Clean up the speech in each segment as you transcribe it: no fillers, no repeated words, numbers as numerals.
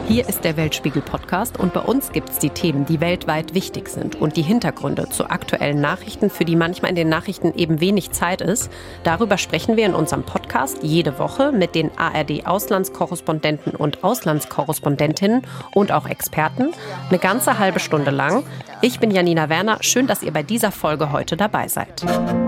Hier ist der Weltspiegel-Podcast und bei uns gibt es die Themen, die weltweit wichtig sind und die Hintergründe zu aktuellen Nachrichten, für die manchmal in den Nachrichten eben wenig Zeit ist. Darüber sprechen wir in unserem Podcast jede Woche mit den ARD-Auslandskorrespondenten und Auslandskorrespondentinnen und auch Experten. Eine ganze halbe Stunde lang. Ich bin Janina Werner. Schön, dass ihr bei dieser Folge heute dabei seid.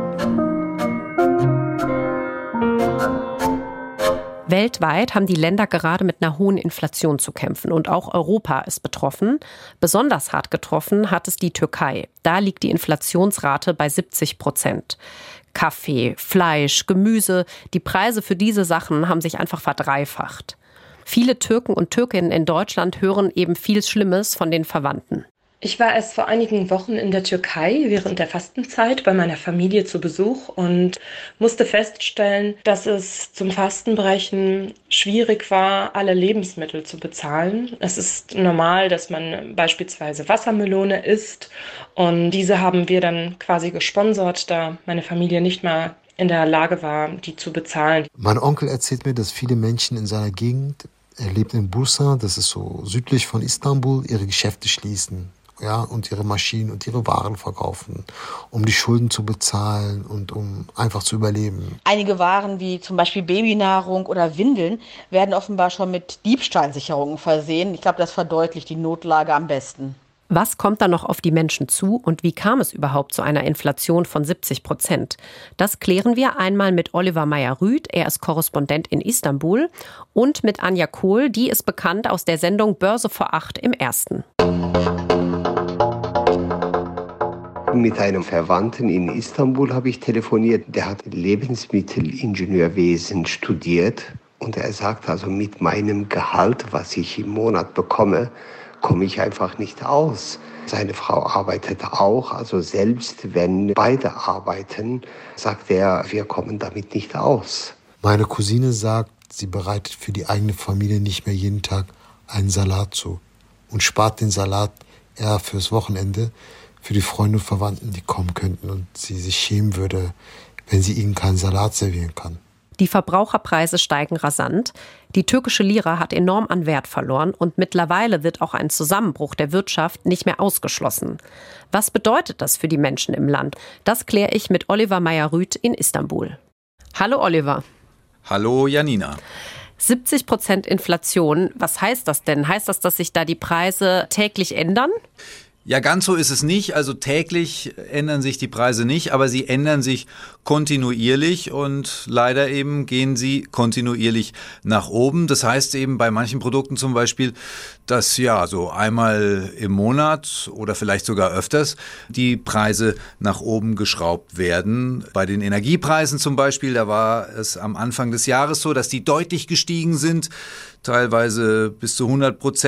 Weltweit haben die Länder gerade mit einer hohen Inflation zu kämpfen und auch Europa ist betroffen. Besonders hart getroffen hat es die Türkei. Da liegt die Inflationsrate bei 70%. Kaffee, Fleisch, Gemüse, die Preise für diese Sachen haben sich einfach verdreifacht. Viele Türken und Türkinnen in Deutschland hören eben viel Schlimmes von den Verwandten. Ich war erst vor einigen Wochen in der Türkei während der Fastenzeit bei meiner Familie zu Besuch und musste feststellen, dass es zum Fastenbrechen schwierig war, alle Lebensmittel zu bezahlen. Es ist normal, dass man beispielsweise Wassermelone isst und diese haben wir dann quasi gesponsert, da meine Familie nicht mehr in der Lage war, die zu bezahlen. Mein Onkel erzählt mir, dass viele Menschen in seiner Gegend, er lebt in Bursa, das ist so südlich von Istanbul, ihre Geschäfte schließen. Ja, und ihre Maschinen und ihre Waren verkaufen, um die Schulden zu bezahlen und um einfach zu überleben. Einige Waren wie zum Beispiel Babynahrung oder Windeln werden offenbar schon mit Diebstahlsicherungen versehen. Ich glaube, das verdeutlicht die Notlage am besten. Was kommt da noch auf die Menschen zu und wie kam es überhaupt zu einer Inflation von 70%? Das klären wir einmal mit Oliver Meyer-Rüth, er ist Korrespondent in Istanbul, und mit Anja Kohl, die ist bekannt aus der Sendung Börse vor 8 im Ersten. Mit einem Verwandten in Istanbul habe ich telefoniert. Der hat Lebensmittelingenieurwesen studiert. Und er sagt, also mit meinem Gehalt, was ich im Monat bekomme, komme ich einfach nicht aus. Seine Frau arbeitet auch. Also selbst wenn beide arbeiten, sagt er, wir kommen damit nicht aus. Meine Cousine sagt, sie bereitet für die eigene Familie nicht mehr jeden Tag einen Salat zu und spart den Salat eher fürs Wochenende, für die Freunde und Verwandten, die kommen könnten und sie sich schämen würde, wenn sie ihnen keinen Salat servieren kann. Die Verbraucherpreise steigen rasant. Die türkische Lira hat enorm an Wert verloren und mittlerweile wird auch ein Zusammenbruch der Wirtschaft nicht mehr ausgeschlossen. Was bedeutet das für die Menschen im Land? Das kläre ich mit Oliver Meyer-Rüth in Istanbul. Hallo Oliver. Hallo Janina. 70% Inflation, was heißt das denn? Heißt das, dass sich da die Preise täglich ändern? Ja, ganz so ist es nicht. Also täglich ändern sich die Preise nicht, aber sie ändern sich kontinuierlich und leider eben gehen sie kontinuierlich nach oben. Das heißt eben bei manchen Produkten zum Beispiel, dass ja so einmal im Monat oder vielleicht sogar öfters die Preise nach oben geschraubt werden. Bei den Energiepreisen zum Beispiel, da war es am Anfang des Jahres so, dass die deutlich gestiegen sind, teilweise bis zu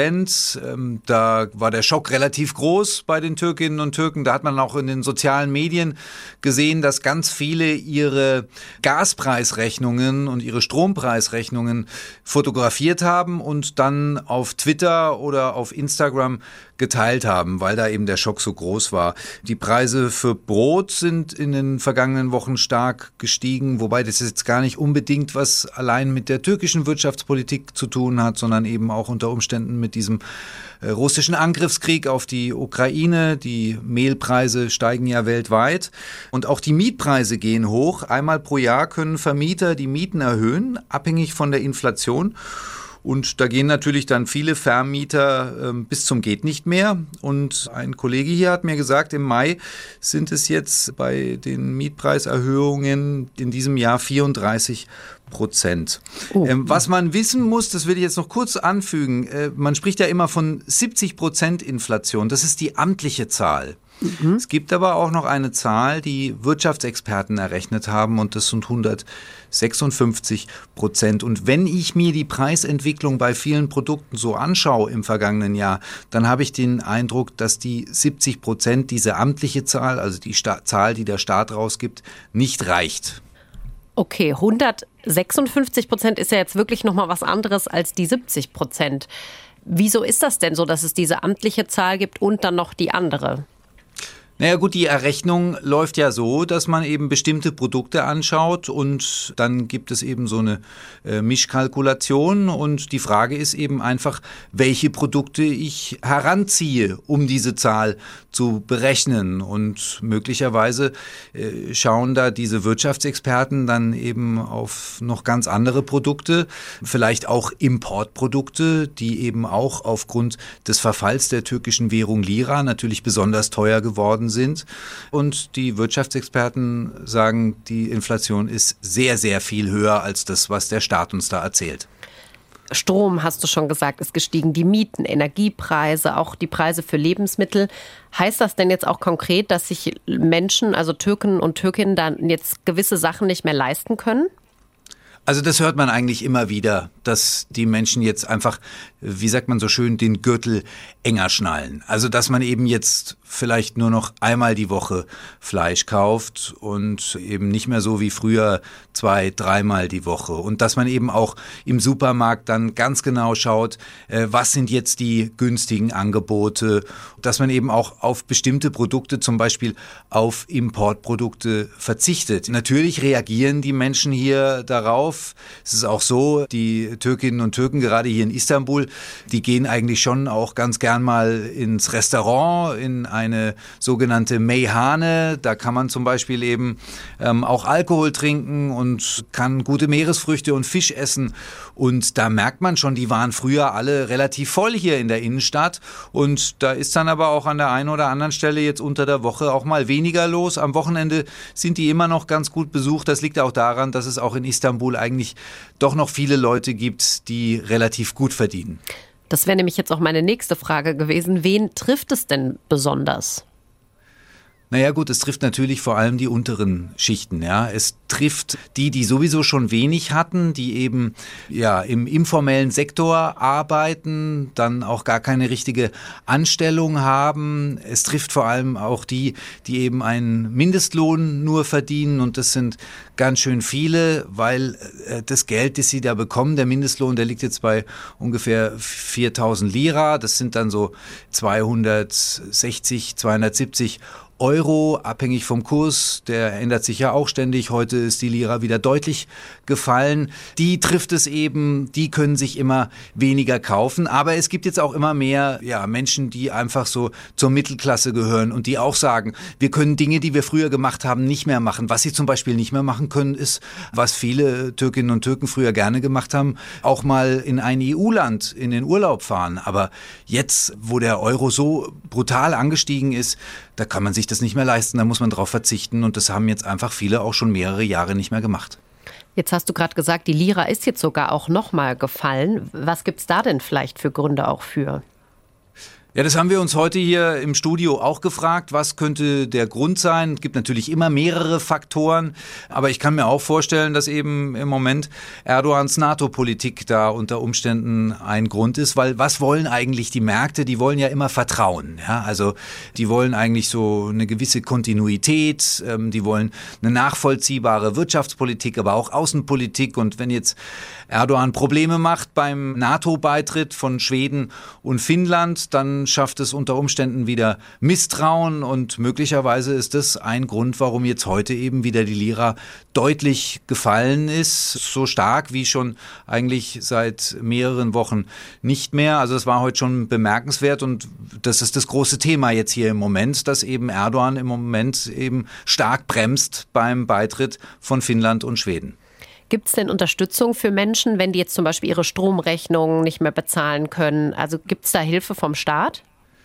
100%. Da war der Schock relativ groß bei den Türkinnen und Türken. Da hat man auch in den sozialen Medien gesehen, dass ganz viele ihre Gaspreisrechnungen und ihre Strompreisrechnungen fotografiert haben und dann auf Twitter oder auf Instagram geteilt haben, weil da eben der Schock so groß war. Die Preise für Brot sind in den vergangenen Wochen stark gestiegen, wobei das jetzt gar nicht unbedingt was allein mit der türkischen Wirtschaftspolitik zu tun hat, sondern eben auch unter Umständen mit diesem russischen Angriffskrieg auf die Ukraine. Die Mehlpreise steigen ja weltweit und auch die Mietpreise gehen hoch. Einmal pro Jahr können Vermieter die Mieten erhöhen, abhängig von der Inflation. Und da gehen natürlich dann viele Vermieter bis zum geht nicht mehr. Und ein Kollege hier hat mir gesagt, im Mai sind es jetzt bei den Mietpreiserhöhungen in diesem Jahr 34%. Was man wissen muss, das will ich jetzt noch kurz anfügen, man spricht ja immer von 70% Inflation, das ist die amtliche Zahl. Es gibt aber auch noch eine Zahl, die Wirtschaftsexperten errechnet haben und das sind 156%. Und wenn ich mir die Preisentwicklung bei vielen Produkten so anschaue im vergangenen Jahr, dann habe ich den Eindruck, dass die 70%, diese amtliche Zahl, also die Zahl, die der Staat rausgibt, nicht reicht. Okay, 156% ist ja jetzt wirklich nochmal was anderes als die 70%. Wieso ist das denn so, dass es diese amtliche Zahl gibt und dann noch die andere? Naja gut, die Errechnung läuft ja so, dass man eben bestimmte Produkte anschaut und dann gibt es eben so eine Mischkalkulation und die Frage ist eben einfach, welche Produkte ich heranziehe, um diese Zahl zu berechnen und möglicherweise schauen da diese Wirtschaftsexperten dann eben auf noch ganz andere Produkte, vielleicht auch Importprodukte, die eben auch aufgrund des Verfalls der türkischen Währung Lira natürlich besonders teuer geworden sind. Und die Wirtschaftsexperten sagen, die Inflation ist sehr, sehr viel höher als das, was der Staat uns da erzählt. Strom, hast du schon gesagt, ist gestiegen, die Mieten, Energiepreise, auch die Preise für Lebensmittel. Heißt das denn jetzt auch konkret, dass sich Menschen, also Türken und Türkinnen, dann jetzt gewisse Sachen nicht mehr leisten können? Also das hört man eigentlich immer wieder, dass die Menschen jetzt einfach, wie sagt man so schön, den Gürtel enger schnallen. Also dass man eben jetzt vielleicht nur noch einmal die Woche Fleisch kauft und eben nicht mehr so wie früher 2-, 3-mal die Woche. Und dass man eben auch im Supermarkt dann ganz genau schaut, was sind jetzt die günstigen Angebote, dass man eben auch auf bestimmte Produkte, zum Beispiel auf Importprodukte verzichtet. Natürlich reagieren die Menschen hier darauf. Es ist auch so, die Türkinnen und Türken, gerade hier in Istanbul, die gehen eigentlich schon auch ganz gern mal ins Restaurant, in eine sogenannte Meyhane. Da kann man zum Beispiel eben auch Alkohol trinken und kann gute Meeresfrüchte und Fisch essen. Und da merkt man schon, die waren früher alle relativ voll hier in der Innenstadt. Und da ist dann aber auch an der einen oder anderen Stelle jetzt unter der Woche auch mal weniger los. Am Wochenende sind die immer noch ganz gut besucht. Das liegt auch daran, dass es auch in Istanbul eigentlich doch noch viele Leute gibt, die relativ gut verdienen. Das wäre nämlich jetzt auch meine nächste Frage gewesen. Wen trifft es denn besonders? Naja gut, es trifft natürlich vor allem die unteren Schichten. Ja. Es trifft die sowieso schon wenig hatten, die eben ja im informellen Sektor arbeiten, dann auch gar keine richtige Anstellung haben. Es trifft vor allem auch die eben einen Mindestlohn nur verdienen und das sind ganz schön viele, weil das Geld, das sie da bekommen, der Mindestlohn, der liegt jetzt bei ungefähr 4.000 Lira. Das sind dann so 260, 270 Euro, abhängig vom Kurs, der ändert sich ja auch ständig. Heute ist die Lira wieder deutlich gefallen. Die trifft es eben, die können sich immer weniger kaufen. Aber es gibt jetzt auch immer mehr Menschen, die einfach so zur Mittelklasse gehören und die auch sagen, wir können Dinge, die wir früher gemacht haben, nicht mehr machen. Was sie zum Beispiel nicht mehr machen können, ist, was viele Türkinnen und Türken früher gerne gemacht haben, auch mal in ein EU-Land in den Urlaub fahren. Aber jetzt, wo der Euro so brutal angestiegen ist, da kann man sich das nicht mehr leisten, da muss man drauf verzichten und das haben jetzt einfach viele auch schon mehrere Jahre nicht mehr gemacht. Jetzt hast du gerade gesagt, die Lira ist jetzt sogar auch nochmal gefallen. Was gibt es da denn vielleicht für Gründe auch für? Ja, das haben wir uns heute hier im Studio auch gefragt. Was könnte der Grund sein? Es gibt natürlich immer mehrere Faktoren, aber ich kann mir auch vorstellen, dass eben im Moment Erdogans NATO-Politik da unter Umständen ein Grund ist, weil was wollen eigentlich die Märkte? Die wollen ja immer Vertrauen. Ja? Also die wollen eigentlich so eine gewisse Kontinuität, die wollen eine nachvollziehbare Wirtschaftspolitik, aber auch Außenpolitik. Und wenn jetzt Erdogan Probleme macht beim NATO-Beitritt von Schweden und Finnland, dann schafft es unter Umständen wieder Misstrauen und möglicherweise ist das ein Grund, warum jetzt heute eben wieder die Lira deutlich gefallen ist, so stark wie schon eigentlich seit mehreren Wochen nicht mehr. Also es war heute schon bemerkenswert und das ist das große Thema jetzt hier im Moment, dass eben Erdogan im Moment eben stark bremst beim Beitritt von Finnland und Schweden. Gibt es denn Unterstützung für Menschen, wenn die jetzt zum Beispiel ihre Stromrechnungen nicht mehr bezahlen können? Also gibt es da Hilfe vom Staat?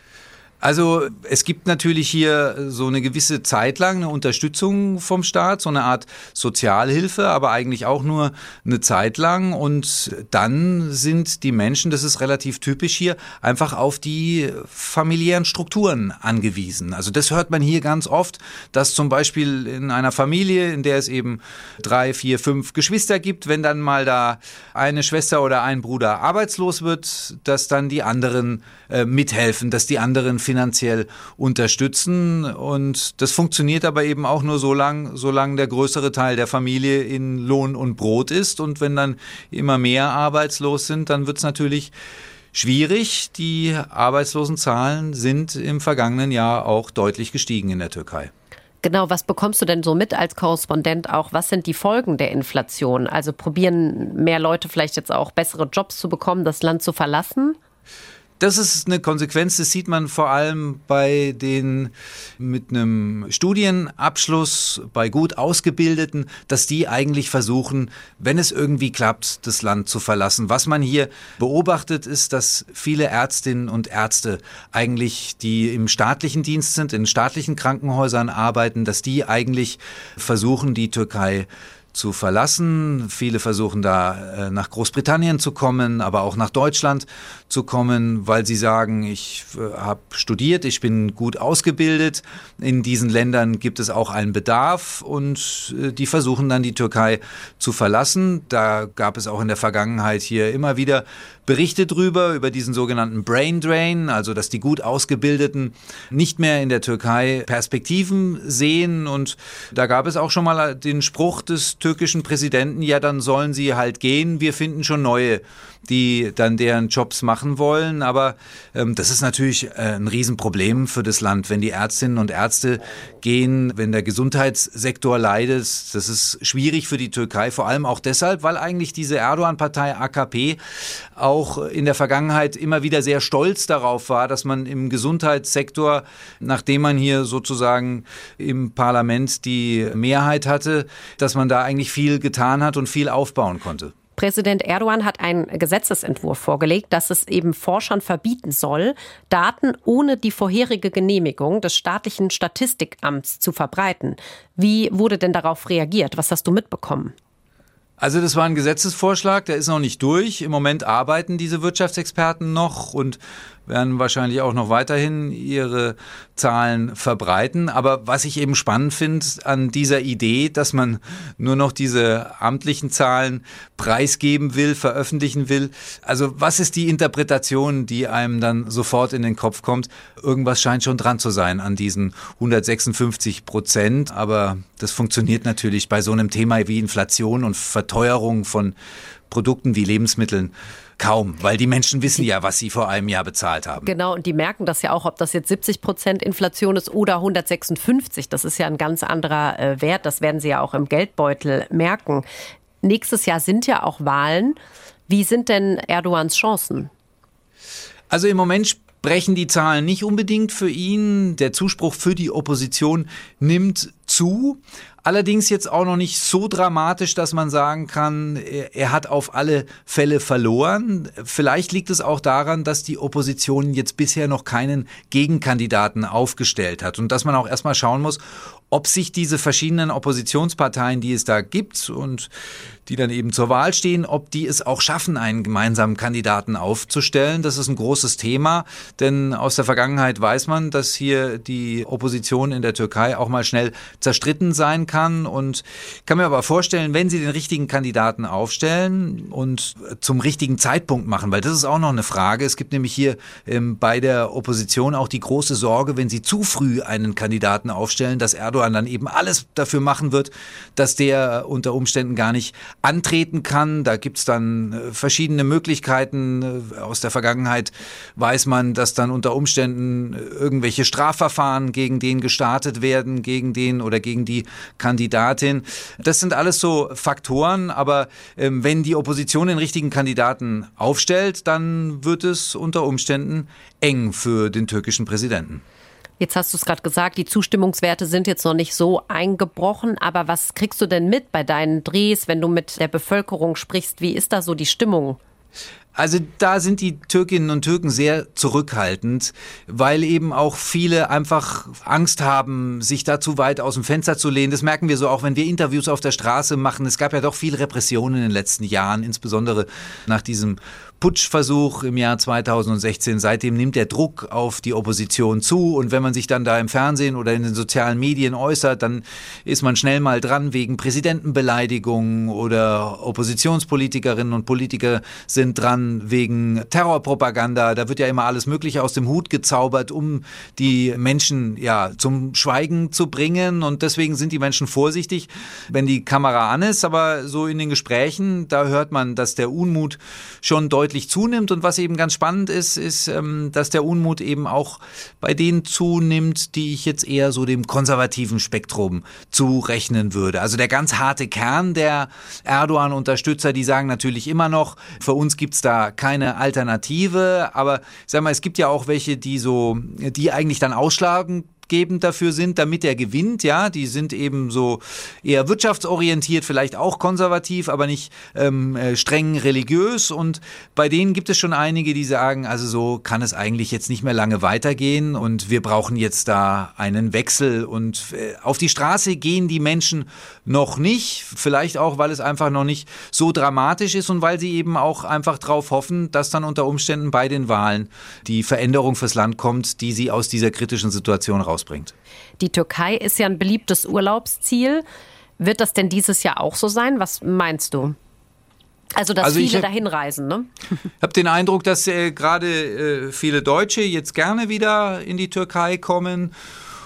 Also es gibt natürlich hier so eine gewisse Zeit lang eine Unterstützung vom Staat, so eine Art Sozialhilfe, aber eigentlich auch nur eine Zeit lang. Und dann sind die Menschen, das ist relativ typisch hier, einfach auf die familiären Strukturen angewiesen. Also das hört man hier ganz oft, dass zum Beispiel in einer Familie, in der es eben 3, 4, 5 Geschwister gibt, wenn dann mal da eine Schwester oder ein Bruder arbeitslos wird, dass dann die anderen mithelfen, dass die anderen finanziell unterstützen und das funktioniert aber eben auch nur solange der größere Teil der Familie in Lohn und Brot ist und wenn dann immer mehr arbeitslos sind, dann wird es natürlich schwierig. Die Arbeitslosenzahlen sind im vergangenen Jahr auch deutlich gestiegen in der Türkei. Genau, was bekommst du denn so mit als Korrespondent auch? Was sind die Folgen der Inflation? Also probieren mehr Leute vielleicht jetzt auch bessere Jobs zu bekommen, das Land zu verlassen? Das ist eine Konsequenz, das sieht man vor allem bei den mit einem Studienabschluss, bei gut Ausgebildeten, dass die eigentlich versuchen, wenn es irgendwie klappt, das Land zu verlassen. Was man hier beobachtet, ist, dass viele Ärztinnen und Ärzte eigentlich, die im staatlichen Dienst sind, in staatlichen Krankenhäusern arbeiten, dass die eigentlich versuchen, die Türkei zu verlassen. Viele versuchen da nach Großbritannien zu kommen, aber auch nach Deutschland zu kommen, weil sie sagen, ich habe studiert, ich bin gut ausgebildet. In diesen Ländern gibt es auch einen Bedarf und die versuchen dann die Türkei zu verlassen. Da gab es auch in der Vergangenheit hier immer wieder Berichte drüber, über diesen sogenannten Brain Drain, also dass die gut Ausgebildeten nicht mehr in der Türkei Perspektiven sehen. Und da gab es auch schon mal den Spruch des türkischen Präsidenten, ja, dann sollen sie halt gehen, wir finden schon neue, die dann deren Jobs machen wollen. Aber das ist natürlich ein Riesenproblem für das Land, wenn die Ärztinnen und Ärzte gehen, wenn der Gesundheitssektor leidet. Das ist schwierig für die Türkei, vor allem auch deshalb, weil eigentlich diese Erdogan-Partei AKP auch in der Vergangenheit immer wieder sehr stolz darauf war, dass man im Gesundheitssektor, nachdem man hier sozusagen im Parlament die Mehrheit hatte, dass man da eigentlich viel getan hat und viel aufbauen konnte. Präsident Erdogan hat einen Gesetzesentwurf vorgelegt, dass es eben Forschern verbieten soll, Daten ohne die vorherige Genehmigung des staatlichen Statistikamts zu verbreiten. Wie wurde denn darauf reagiert? Was hast du mitbekommen? Also das war ein Gesetzesvorschlag, der ist noch nicht durch. Im Moment arbeiten diese Wirtschaftsexperten noch und werden wahrscheinlich auch noch weiterhin ihre Zahlen verbreiten. Aber was ich eben spannend finde an dieser Idee, dass man nur noch diese amtlichen Zahlen preisgeben will, veröffentlichen will. Also was ist die Interpretation, die einem dann sofort in den Kopf kommt? Irgendwas scheint schon dran zu sein an diesen 156%. Aber das funktioniert natürlich bei so einem Thema wie Inflation und Verteuerung von Produkten wie Lebensmitteln kaum, weil die Menschen wissen ja, was sie vor einem Jahr bezahlt haben. Genau, und die merken das ja auch, ob das jetzt 70% Inflation ist oder 156. Das ist ja ein ganz anderer Wert. Das werden sie ja auch im Geldbeutel merken. Nächstes Jahr sind ja auch Wahlen. Wie sind denn Erdogans Chancen? Also im Moment sprechen die Zahlen nicht unbedingt für ihn. Der Zuspruch für die Opposition nimmt zu. Allerdings jetzt auch noch nicht so dramatisch, dass man sagen kann, er hat auf alle Fälle verloren. Vielleicht liegt es auch daran, dass die Opposition jetzt bisher noch keinen Gegenkandidaten aufgestellt hat und dass man auch erstmal schauen muss, ob sich diese verschiedenen Oppositionsparteien, die es da gibt und die dann eben zur Wahl stehen, ob die es auch schaffen, einen gemeinsamen Kandidaten aufzustellen. Das ist ein großes Thema, denn aus der Vergangenheit weiß man, dass hier die Opposition in der Türkei auch mal schnell zerstritten sein kann. Und ich kann mir aber vorstellen, wenn sie den richtigen Kandidaten aufstellen und zum richtigen Zeitpunkt machen, weil das ist auch noch eine Frage. Es gibt nämlich hier bei der Opposition auch die große Sorge, wenn sie zu früh einen Kandidaten aufstellen, dass Erdogan dann eben alles dafür machen wird, dass der unter Umständen gar nicht antreten kann. Da gibt's dann verschiedene Möglichkeiten. Aus der Vergangenheit weiß man, dass dann unter Umständen irgendwelche Strafverfahren gegen den gestartet werden, gegen den oder gegen die Kandidatin. Das sind alles so Faktoren, aber wenn die Opposition den richtigen Kandidaten aufstellt, dann wird es unter Umständen eng für den türkischen Präsidenten. Jetzt hast du es gerade gesagt, die Zustimmungswerte sind jetzt noch nicht so eingebrochen. Aber was kriegst du denn mit bei deinen Drehs, wenn du mit der Bevölkerung sprichst? Wie ist da so die Stimmung? Also da sind die Türkinnen und Türken sehr zurückhaltend, weil eben auch viele einfach Angst haben, sich da zu weit aus dem Fenster zu lehnen. Das merken wir so auch, wenn wir Interviews auf der Straße machen. Es gab ja doch viel Repression in den letzten Jahren, insbesondere nach diesem Putschversuch im Jahr 2016. Seitdem nimmt der Druck auf die Opposition zu und wenn man sich dann da im Fernsehen oder in den sozialen Medien äußert, dann ist man schnell mal dran wegen Präsidentenbeleidigungen oder Oppositionspolitikerinnen und Politiker sind dran dann wegen Terrorpropaganda, da wird ja immer alles Mögliche aus dem Hut gezaubert, um die Menschen ja zum Schweigen zu bringen, und deswegen sind die Menschen vorsichtig, wenn die Kamera an ist, aber so in den Gesprächen, da hört man, dass der Unmut schon deutlich zunimmt, und was eben ganz spannend ist, dass der Unmut eben auch bei denen zunimmt, die ich jetzt eher so dem konservativen Spektrum zurechnen würde. Also der ganz harte Kern der Erdogan-Unterstützer, die sagen natürlich immer noch, für uns gibt's da keine Alternative, aber ich sag mal, es gibt ja auch welche, die eigentlich dann ausschlaggebend dafür sind, damit er gewinnt, ja, die sind eben so eher wirtschaftsorientiert, vielleicht auch konservativ, aber nicht streng religiös, und bei denen gibt es schon einige, die sagen, also so kann es eigentlich jetzt nicht mehr lange weitergehen und wir brauchen jetzt da einen Wechsel, und auf die Straße gehen die Menschen noch nicht, vielleicht auch, weil es einfach noch nicht so dramatisch ist und weil sie eben auch einfach drauf hoffen, dass dann unter Umständen bei den Wahlen die Veränderung fürs Land kommt, die sie aus dieser kritischen Situation rausbringt. Die Türkei ist ja ein beliebtes Urlaubsziel. Wird das denn dieses Jahr auch so sein? Was meinst du? Also, dass viele dahin reisen, ne? Ich habe den Eindruck, dass gerade viele Deutsche jetzt gerne wieder in die Türkei kommen.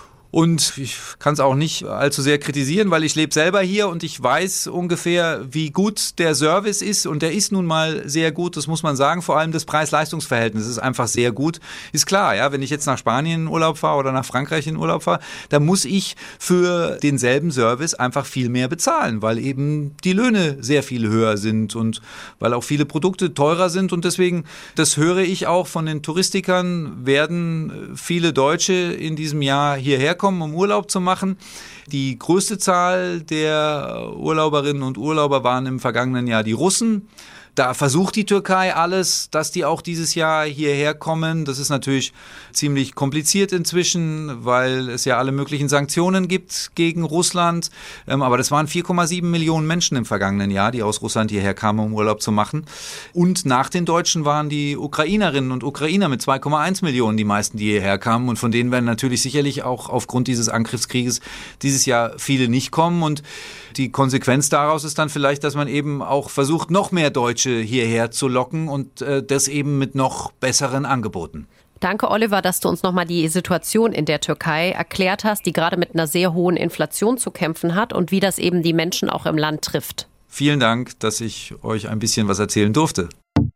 Und ich kann es auch nicht allzu sehr kritisieren, weil ich lebe selber hier und ich weiß ungefähr, wie gut der Service ist. Und der ist nun mal sehr gut, das muss man sagen. Vor allem das Preis-Leistungs-Verhältnis ist einfach sehr gut. Ist klar, ja, wenn ich jetzt nach Spanien in Urlaub fahre oder nach Frankreich in Urlaub fahre, dann muss ich für denselben Service einfach viel mehr bezahlen, weil eben die Löhne sehr viel höher sind und weil auch viele Produkte teurer sind. Und deswegen, das höre ich auch von den Touristikern, werden viele Deutsche in diesem Jahr hierher kommen, um Urlaub zu machen. Die größte Zahl der Urlauberinnen und Urlauber waren im vergangenen Jahr die Russen. Da versucht die Türkei alles, dass die auch dieses Jahr hierher kommen. Das ist natürlich ziemlich kompliziert inzwischen, weil es ja alle möglichen Sanktionen gibt gegen Russland. Aber das waren 4,7 Millionen Menschen im vergangenen Jahr, die aus Russland hierher kamen, um Urlaub zu machen. Und nach den Deutschen waren die Ukrainerinnen und Ukrainer mit 2,1 Millionen die meisten, die hierher kamen. Und von denen werden natürlich sicherlich auch aufgrund dieses Angriffskrieges dieses Jahr viele nicht kommen. Und die Konsequenz daraus ist dann vielleicht, dass man eben auch versucht, noch mehr Deutsche hierher zu locken, und das eben mit noch besseren Angeboten. Danke, Oliver, dass du uns nochmal die Situation in der Türkei erklärt hast, die gerade mit einer sehr hohen Inflation zu kämpfen hat und wie das eben die Menschen auch im Land trifft. Vielen Dank, dass ich euch ein bisschen was erzählen durfte.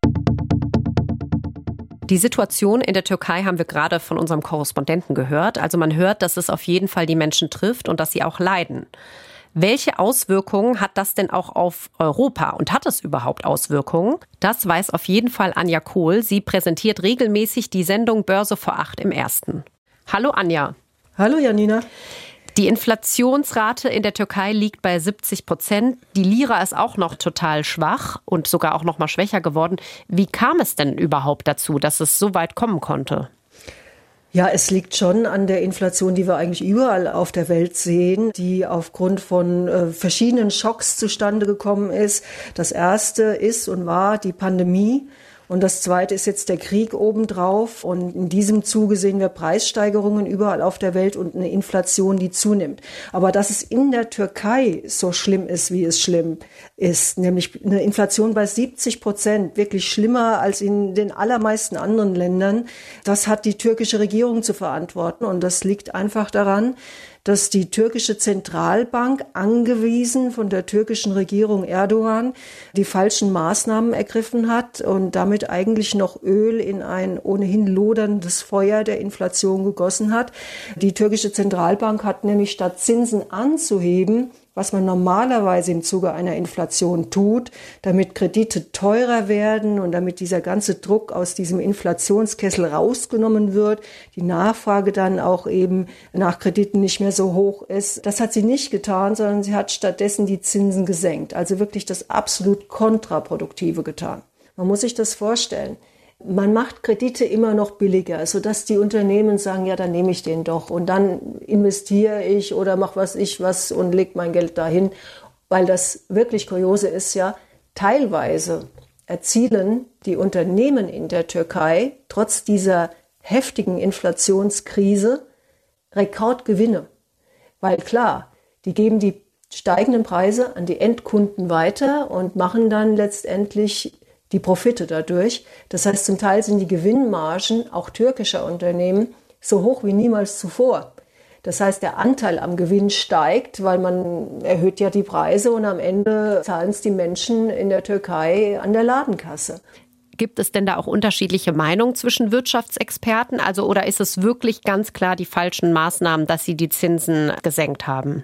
Die Situation in der Türkei haben wir gerade von unserem Korrespondenten gehört. Also man hört, dass es auf jeden Fall die Menschen trifft und dass sie auch leiden. Welche Auswirkungen hat das denn auch auf Europa? Und hat es überhaupt Auswirkungen? Das weiß auf jeden Fall Anja Kohl. Sie präsentiert regelmäßig die Sendung Börse vor 8 im Ersten. Hallo Anja. Hallo Janina. Die Inflationsrate in der Türkei liegt bei 70%. Die Lira ist auch noch total schwach und sogar auch noch mal schwächer geworden. Wie kam es denn überhaupt dazu, dass es so weit kommen konnte? Ja, es liegt schon an der Inflation, die wir eigentlich überall auf der Welt sehen, die aufgrund von verschiedenen Schocks zustande gekommen ist. Das erste ist und war die Pandemie. Und das zweite ist jetzt der Krieg obendrauf. Und in diesem Zuge sehen wir Preissteigerungen überall auf der Welt und eine Inflation, die zunimmt. Aber dass es in der Türkei so schlimm ist, wie es schlimm ist, nämlich eine Inflation bei 70%, wirklich schlimmer als in den allermeisten anderen Ländern, das hat die türkische Regierung zu verantworten. Und das liegt einfach daran, dass die türkische Zentralbank, angewiesen von der türkischen Regierung Erdogan, die falschen Maßnahmen ergriffen hat und damit eigentlich noch Öl in ein ohnehin loderndes Feuer der Inflation gegossen hat. Die türkische Zentralbank hat nämlich statt Zinsen anzuheben, was man normalerweise im Zuge einer Inflation tut, damit Kredite teurer werden und damit dieser ganze Druck aus diesem Inflationskessel rausgenommen wird, die Nachfrage dann auch eben nach Krediten nicht mehr so hoch ist. Das hat sie nicht getan, sondern sie hat stattdessen die Zinsen gesenkt, also wirklich das absolut Kontraproduktive getan. Man muss sich das vorstellen. Man macht Kredite immer noch billiger, sodass die Unternehmen sagen, ja, dann nehme ich den doch und dann investiere ich oder mache was und lege mein Geld dahin. Weil das wirklich Kuriose ist ja, teilweise erzielen die Unternehmen in der Türkei trotz dieser heftigen Inflationskrise Rekordgewinne. Weil klar, die geben die steigenden Preise an die Endkunden weiter und machen dann letztendlich die Profite dadurch. Das heißt, zum Teil sind die Gewinnmargen auch türkischer Unternehmen so hoch wie niemals zuvor. Das heißt, der Anteil am Gewinn steigt, weil man erhöht ja die Preise und am Ende zahlen es die Menschen in der Türkei an der Ladenkasse. Gibt es denn da auch unterschiedliche Meinungen zwischen Wirtschaftsexperten? Also, oder ist es wirklich ganz klar die falschen Maßnahmen, dass sie die Zinsen gesenkt haben?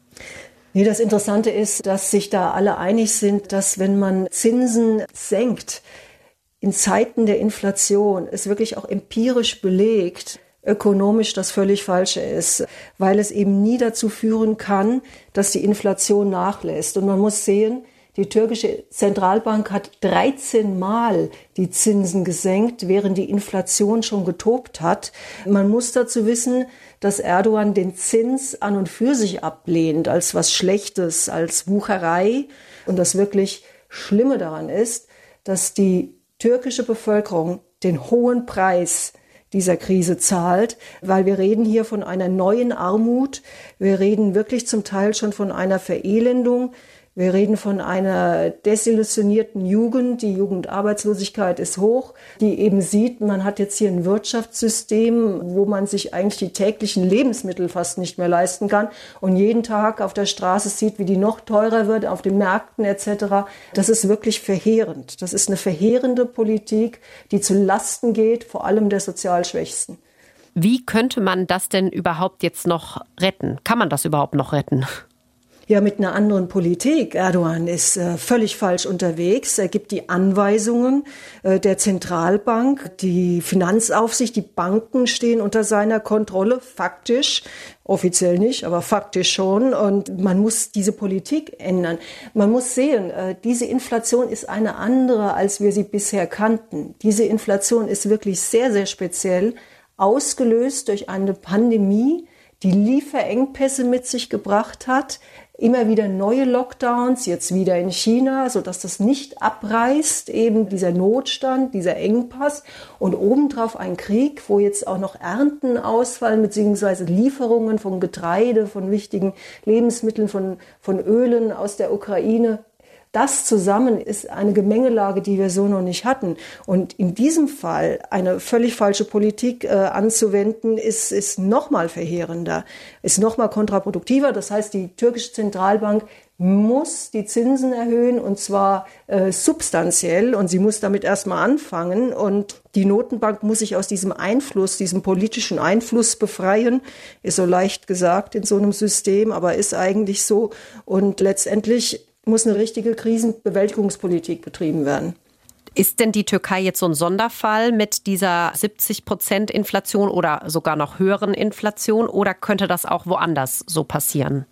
Nee, das Interessante ist, dass sich da alle einig sind, dass wenn man Zinsen senkt, in Zeiten der Inflation, ist wirklich auch empirisch belegt, ökonomisch das völlig Falsche ist, weil es eben nie dazu führen kann, dass die Inflation nachlässt. Und man muss sehen, die türkische Zentralbank hat 13 Mal die Zinsen gesenkt, während die Inflation schon getobt hat. Man muss dazu wissen, dass Erdogan den Zins an und für sich ablehnt, als was Schlechtes, als Wucherei. Und das wirklich Schlimme daran ist, dass die türkische Bevölkerung den hohen Preis dieser Krise zahlt, weil wir reden hier von einer neuen Armut. Wir reden wirklich zum Teil schon von einer Verelendung. Wir reden von einer desillusionierten Jugend. Die Jugendarbeitslosigkeit ist hoch, die eben sieht, man hat jetzt hier ein Wirtschaftssystem, wo man sich eigentlich die täglichen Lebensmittel fast nicht mehr leisten kann und jeden Tag auf der Straße sieht, wie die noch teurer wird, auf den Märkten etc. Das ist wirklich verheerend. Das ist eine verheerende Politik, die zu Lasten geht, vor allem der sozial Schwächsten. Wie könnte man das denn überhaupt jetzt noch retten? Kann man das überhaupt noch retten? Ja, mit einer anderen Politik. Erdogan ist völlig falsch unterwegs. Er gibt die Anweisungen der Zentralbank, die Finanzaufsicht, die Banken stehen unter seiner Kontrolle, faktisch. Offiziell nicht, aber faktisch schon. Und man muss diese Politik ändern. Man muss sehen, diese Inflation ist eine andere, als wir sie bisher kannten. Diese Inflation ist wirklich sehr, sehr speziell, ausgelöst durch eine Pandemie, die Lieferengpässe mit sich gebracht hat, immer wieder neue Lockdowns, jetzt wieder in China, sodass das nicht abreißt, eben dieser Notstand, dieser Engpass und obendrauf ein Krieg, wo jetzt auch noch Ernten ausfallen, beziehungsweise Lieferungen von Getreide, von wichtigen Lebensmitteln, von Ölen aus der Ukraine. Das zusammen ist eine Gemengelage, die wir so noch nicht hatten. Und in diesem Fall eine völlig falsche Politik anzuwenden, ist noch mal verheerender, ist noch mal kontraproduktiver. Das heißt, die türkische Zentralbank muss die Zinsen erhöhen und zwar substanziell und sie muss damit erstmal anfangen und die Notenbank muss sich aus diesem Einfluss, diesem politischen Einfluss befreien. Ist so leicht gesagt in so einem System, aber ist eigentlich so und letztendlich muss eine richtige Krisenbewältigungspolitik betrieben werden. Ist denn die Türkei jetzt so ein Sonderfall mit dieser 70% Inflation oder sogar noch höheren Inflation oder könnte das auch woanders so passieren?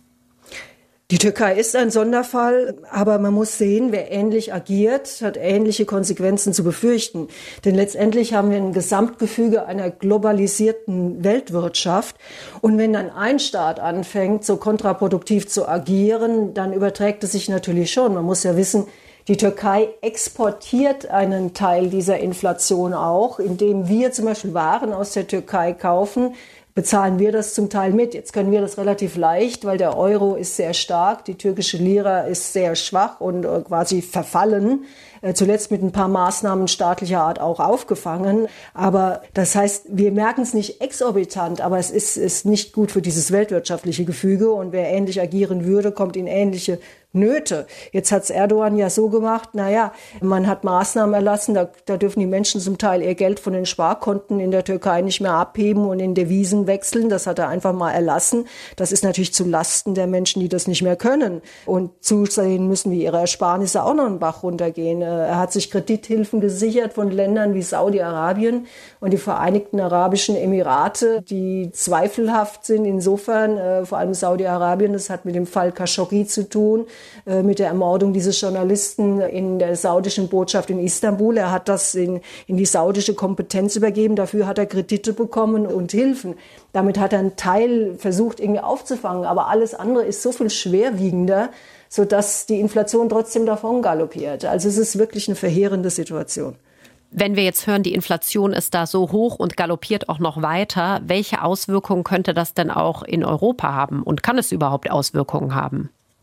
Die Türkei ist ein Sonderfall, aber man muss sehen, wer ähnlich agiert, hat ähnliche Konsequenzen zu befürchten. Denn letztendlich haben wir ein Gesamtgefüge einer globalisierten Weltwirtschaft. Und wenn dann ein Staat anfängt, so kontraproduktiv zu agieren, dann überträgt es sich natürlich schon. Man muss ja wissen, die Türkei exportiert einen Teil dieser Inflation auch, indem wir zum Beispiel Waren aus der Türkei kaufen, bezahlen wir das zum Teil mit. Jetzt können wir das relativ leicht, weil der Euro ist sehr stark, die türkische Lira ist sehr schwach und quasi verfallen. Zuletzt mit ein paar Maßnahmen staatlicher Art auch aufgefangen. Aber das heißt, wir merken es nicht exorbitant, aber es ist nicht gut für dieses weltwirtschaftliche Gefüge. Und wer ähnlich agieren würde, kommt in ähnliche Nöte. Jetzt hat's Erdogan ja so gemacht, man hat Maßnahmen erlassen, da dürfen die Menschen zum Teil ihr Geld von den Sparkonten in der Türkei nicht mehr abheben und in Devisen wechseln. Das hat er einfach mal erlassen. Das ist natürlich zu Lasten der Menschen, die das nicht mehr können. Und zusehen müssen, wie ihre Ersparnisse auch noch einen Bach runtergehen. Er hat sich Kredithilfen gesichert von Ländern wie Saudi-Arabien und die Vereinigten Arabischen Emirate, die zweifelhaft sind. Insofern, vor allem Saudi-Arabien, das hat mit dem Fall Khashoggi zu tun, mit der Ermordung dieses Journalisten in der saudischen Botschaft in Istanbul. Er hat das in die saudische Kompetenz übergeben. Dafür hat er Kredite bekommen und Hilfen. Damit hat er einen Teil versucht, irgendwie aufzufangen. Aber alles andere ist so viel schwerwiegender, sodass die Inflation trotzdem davon galoppiert. Also es ist wirklich eine verheerende Situation. Wenn wir jetzt hören, die Inflation ist da so hoch und galoppiert auch noch weiter, welche Auswirkungen könnte das denn auch in Europa haben? Und kann es überhaupt Auswirkungen haben?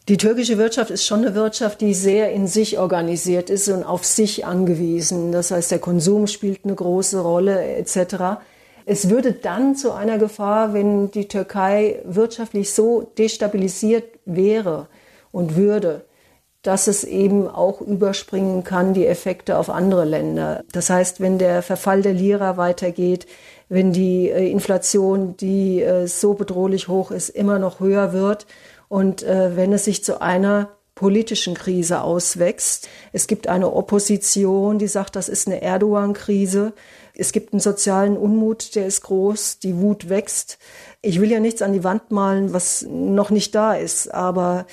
Die türkische Wirtschaft ist schon eine Wirtschaft, die sehr in sich organisiert ist und auf sich angewiesen. Das heißt, der Konsum spielt eine große Rolle etc. Es würde dann zu einer Gefahr, wenn die Türkei wirtschaftlich so destabilisiert wäre und würde, dass es eben auch überspringen kann, die Effekte auf andere Länder. Das heißt, wenn der Verfall der Lira weitergeht, wenn die Inflation, die so bedrohlich hoch ist, immer noch höher wird und wenn es sich zu einer politischen Krise auswächst. Es gibt eine Opposition, die sagt, das ist eine Erdogan-Krise. Es gibt einen sozialen Unmut, der ist groß, die Wut wächst. Ich will ja nichts an die Wand malen, was noch nicht da ist, aber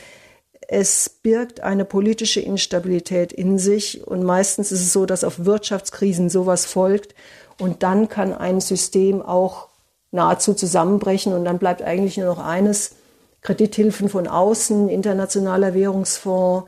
es birgt eine politische Instabilität in sich und meistens ist es so, dass auf Wirtschaftskrisen sowas folgt und dann kann ein System auch nahezu zusammenbrechen und dann bleibt eigentlich nur noch eines: Kredithilfen von außen, internationaler Währungsfonds,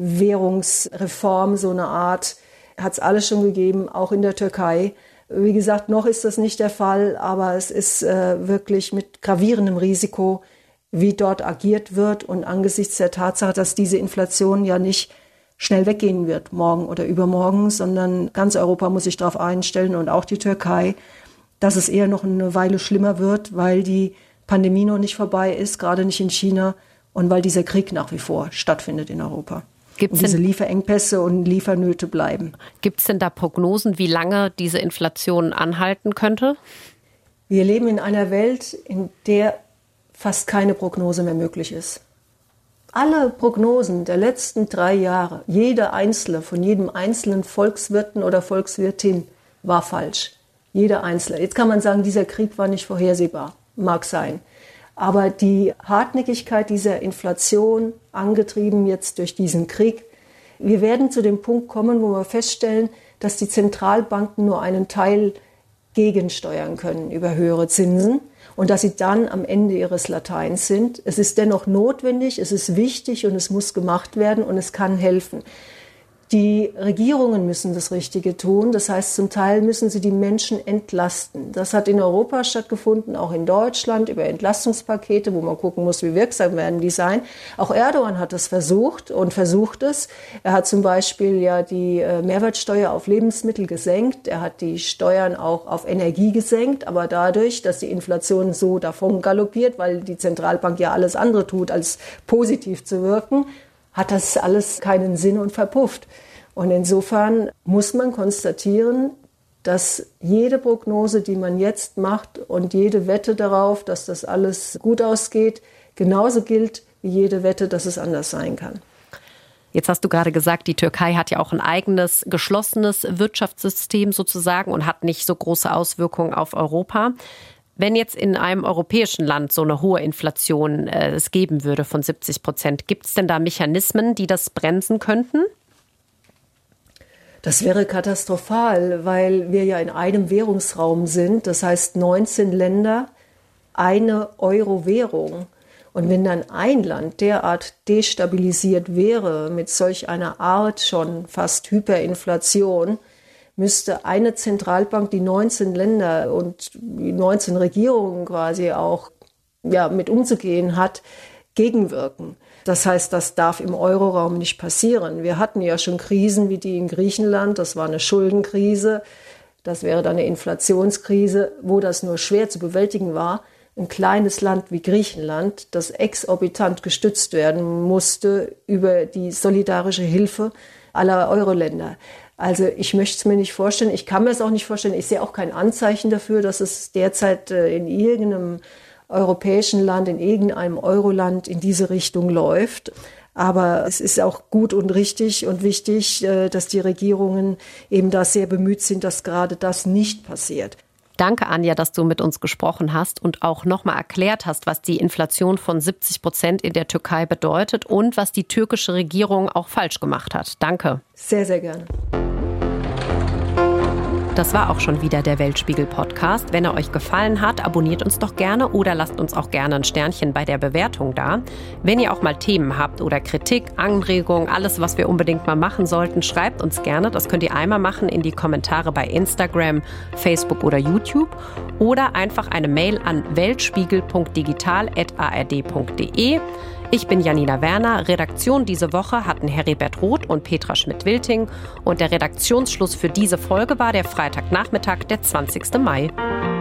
Währungsreform, so eine Art, hat es alles schon gegeben, auch in der Türkei. Wie gesagt, noch ist das nicht der Fall, aber es ist wirklich mit gravierendem Risiko, wie dort agiert wird und angesichts der Tatsache, dass diese Inflation ja nicht schnell weggehen wird, morgen oder übermorgen, sondern ganz Europa muss sich darauf einstellen und auch die Türkei, dass es eher noch eine Weile schlimmer wird, weil die Pandemie noch nicht vorbei ist, gerade nicht in China und weil dieser Krieg nach wie vor stattfindet in Europa. Und diese Lieferengpässe und Liefernöte bleiben. Gibt es denn da Prognosen, wie lange diese Inflation anhalten könnte? Wir leben in einer Welt, in der fast keine Prognose mehr möglich ist. Alle Prognosen der letzten 3 Jahre, jede einzelne von jedem einzelnen Volkswirten oder Volkswirtin war falsch. Jeder einzelne. Jetzt kann man sagen, dieser Krieg war nicht vorhersehbar. Mag sein. Aber die Hartnäckigkeit dieser Inflation, angetrieben jetzt durch diesen Krieg, wir werden zu dem Punkt kommen, wo wir feststellen, dass die Zentralbanken nur einen Teil gegensteuern können über höhere Zinsen und dass sie dann am Ende ihres Lateins sind. Es ist dennoch notwendig, es ist wichtig und es muss gemacht werden und es kann helfen. Die Regierungen müssen das Richtige tun. Das heißt, zum Teil müssen sie die Menschen entlasten. Das hat in Europa stattgefunden, auch in Deutschland, über Entlastungspakete, wo man gucken muss, wie wirksam werden die sein. Auch Erdogan hat das versucht und versucht es. Er hat zum Beispiel ja die Mehrwertsteuer auf Lebensmittel gesenkt. Er hat die Steuern auch auf Energie gesenkt. Aber dadurch, dass die Inflation so davon galoppiert, weil die Zentralbank ja alles andere tut, als positiv zu wirken, hat das alles keinen Sinn und verpufft. Und insofern muss man konstatieren, dass jede Prognose, die man jetzt macht und jede Wette darauf, dass das alles gut ausgeht, genauso gilt wie jede Wette, dass es anders sein kann. Jetzt hast du gerade gesagt, die Türkei hat ja auch ein eigenes geschlossenes Wirtschaftssystem sozusagen und hat nicht so große Auswirkungen auf Europa. Wenn jetzt in einem europäischen Land so eine hohe Inflation es geben würde von 70%, gibt es denn da Mechanismen, die das bremsen könnten? Das wäre katastrophal, weil wir ja in einem Währungsraum sind. Das heißt 19 Länder, eine Euro-Währung. Und wenn dann ein Land derart destabilisiert wäre, mit solch einer Art schon fast Hyperinflation, müsste eine Zentralbank die 19 Länder und die 19 Regierungen quasi auch mit umzugehen hat, gegenwirken. Das heißt, das darf im Euroraum nicht passieren. Wir hatten ja schon Krisen wie die in Griechenland, das war eine Schuldenkrise, das wäre dann eine Inflationskrise, wo das nur schwer zu bewältigen war. Ein kleines Land wie Griechenland, das exorbitant gestützt werden musste über die solidarische Hilfe aller Euro-Länder. Also ich möchte es mir nicht vorstellen, ich kann mir es auch nicht vorstellen, ich sehe auch kein Anzeichen dafür, dass es derzeit in irgendeinem europäischen Land, in irgendeinem Euroland in diese Richtung läuft. Aber es ist auch gut und richtig und wichtig, dass die Regierungen eben da sehr bemüht sind, dass gerade das nicht passiert. Danke, Anja, dass du mit uns gesprochen hast und auch nochmal erklärt hast, was die Inflation von 70% in der Türkei bedeutet und was die türkische Regierung auch falsch gemacht hat. Danke. Sehr, sehr gerne. Das war auch schon wieder der Weltspiegel-Podcast. Wenn er euch gefallen hat, abonniert uns doch gerne oder lasst uns auch gerne ein Sternchen bei der Bewertung da. Wenn ihr auch mal Themen habt oder Kritik, Anregungen, alles, was wir unbedingt mal machen sollten, schreibt uns gerne. Das könnt ihr einmal machen in die Kommentare bei Instagram, Facebook oder YouTube oder einfach eine Mail an weltspiegel.digital@ard.de. Ich bin Janina Werner. Redaktion diese Woche hatten Heribert Roth und Petra Schmidt-Wilting. Und der Redaktionsschluss für diese Folge war der Freitagnachmittag, der 20. Mai.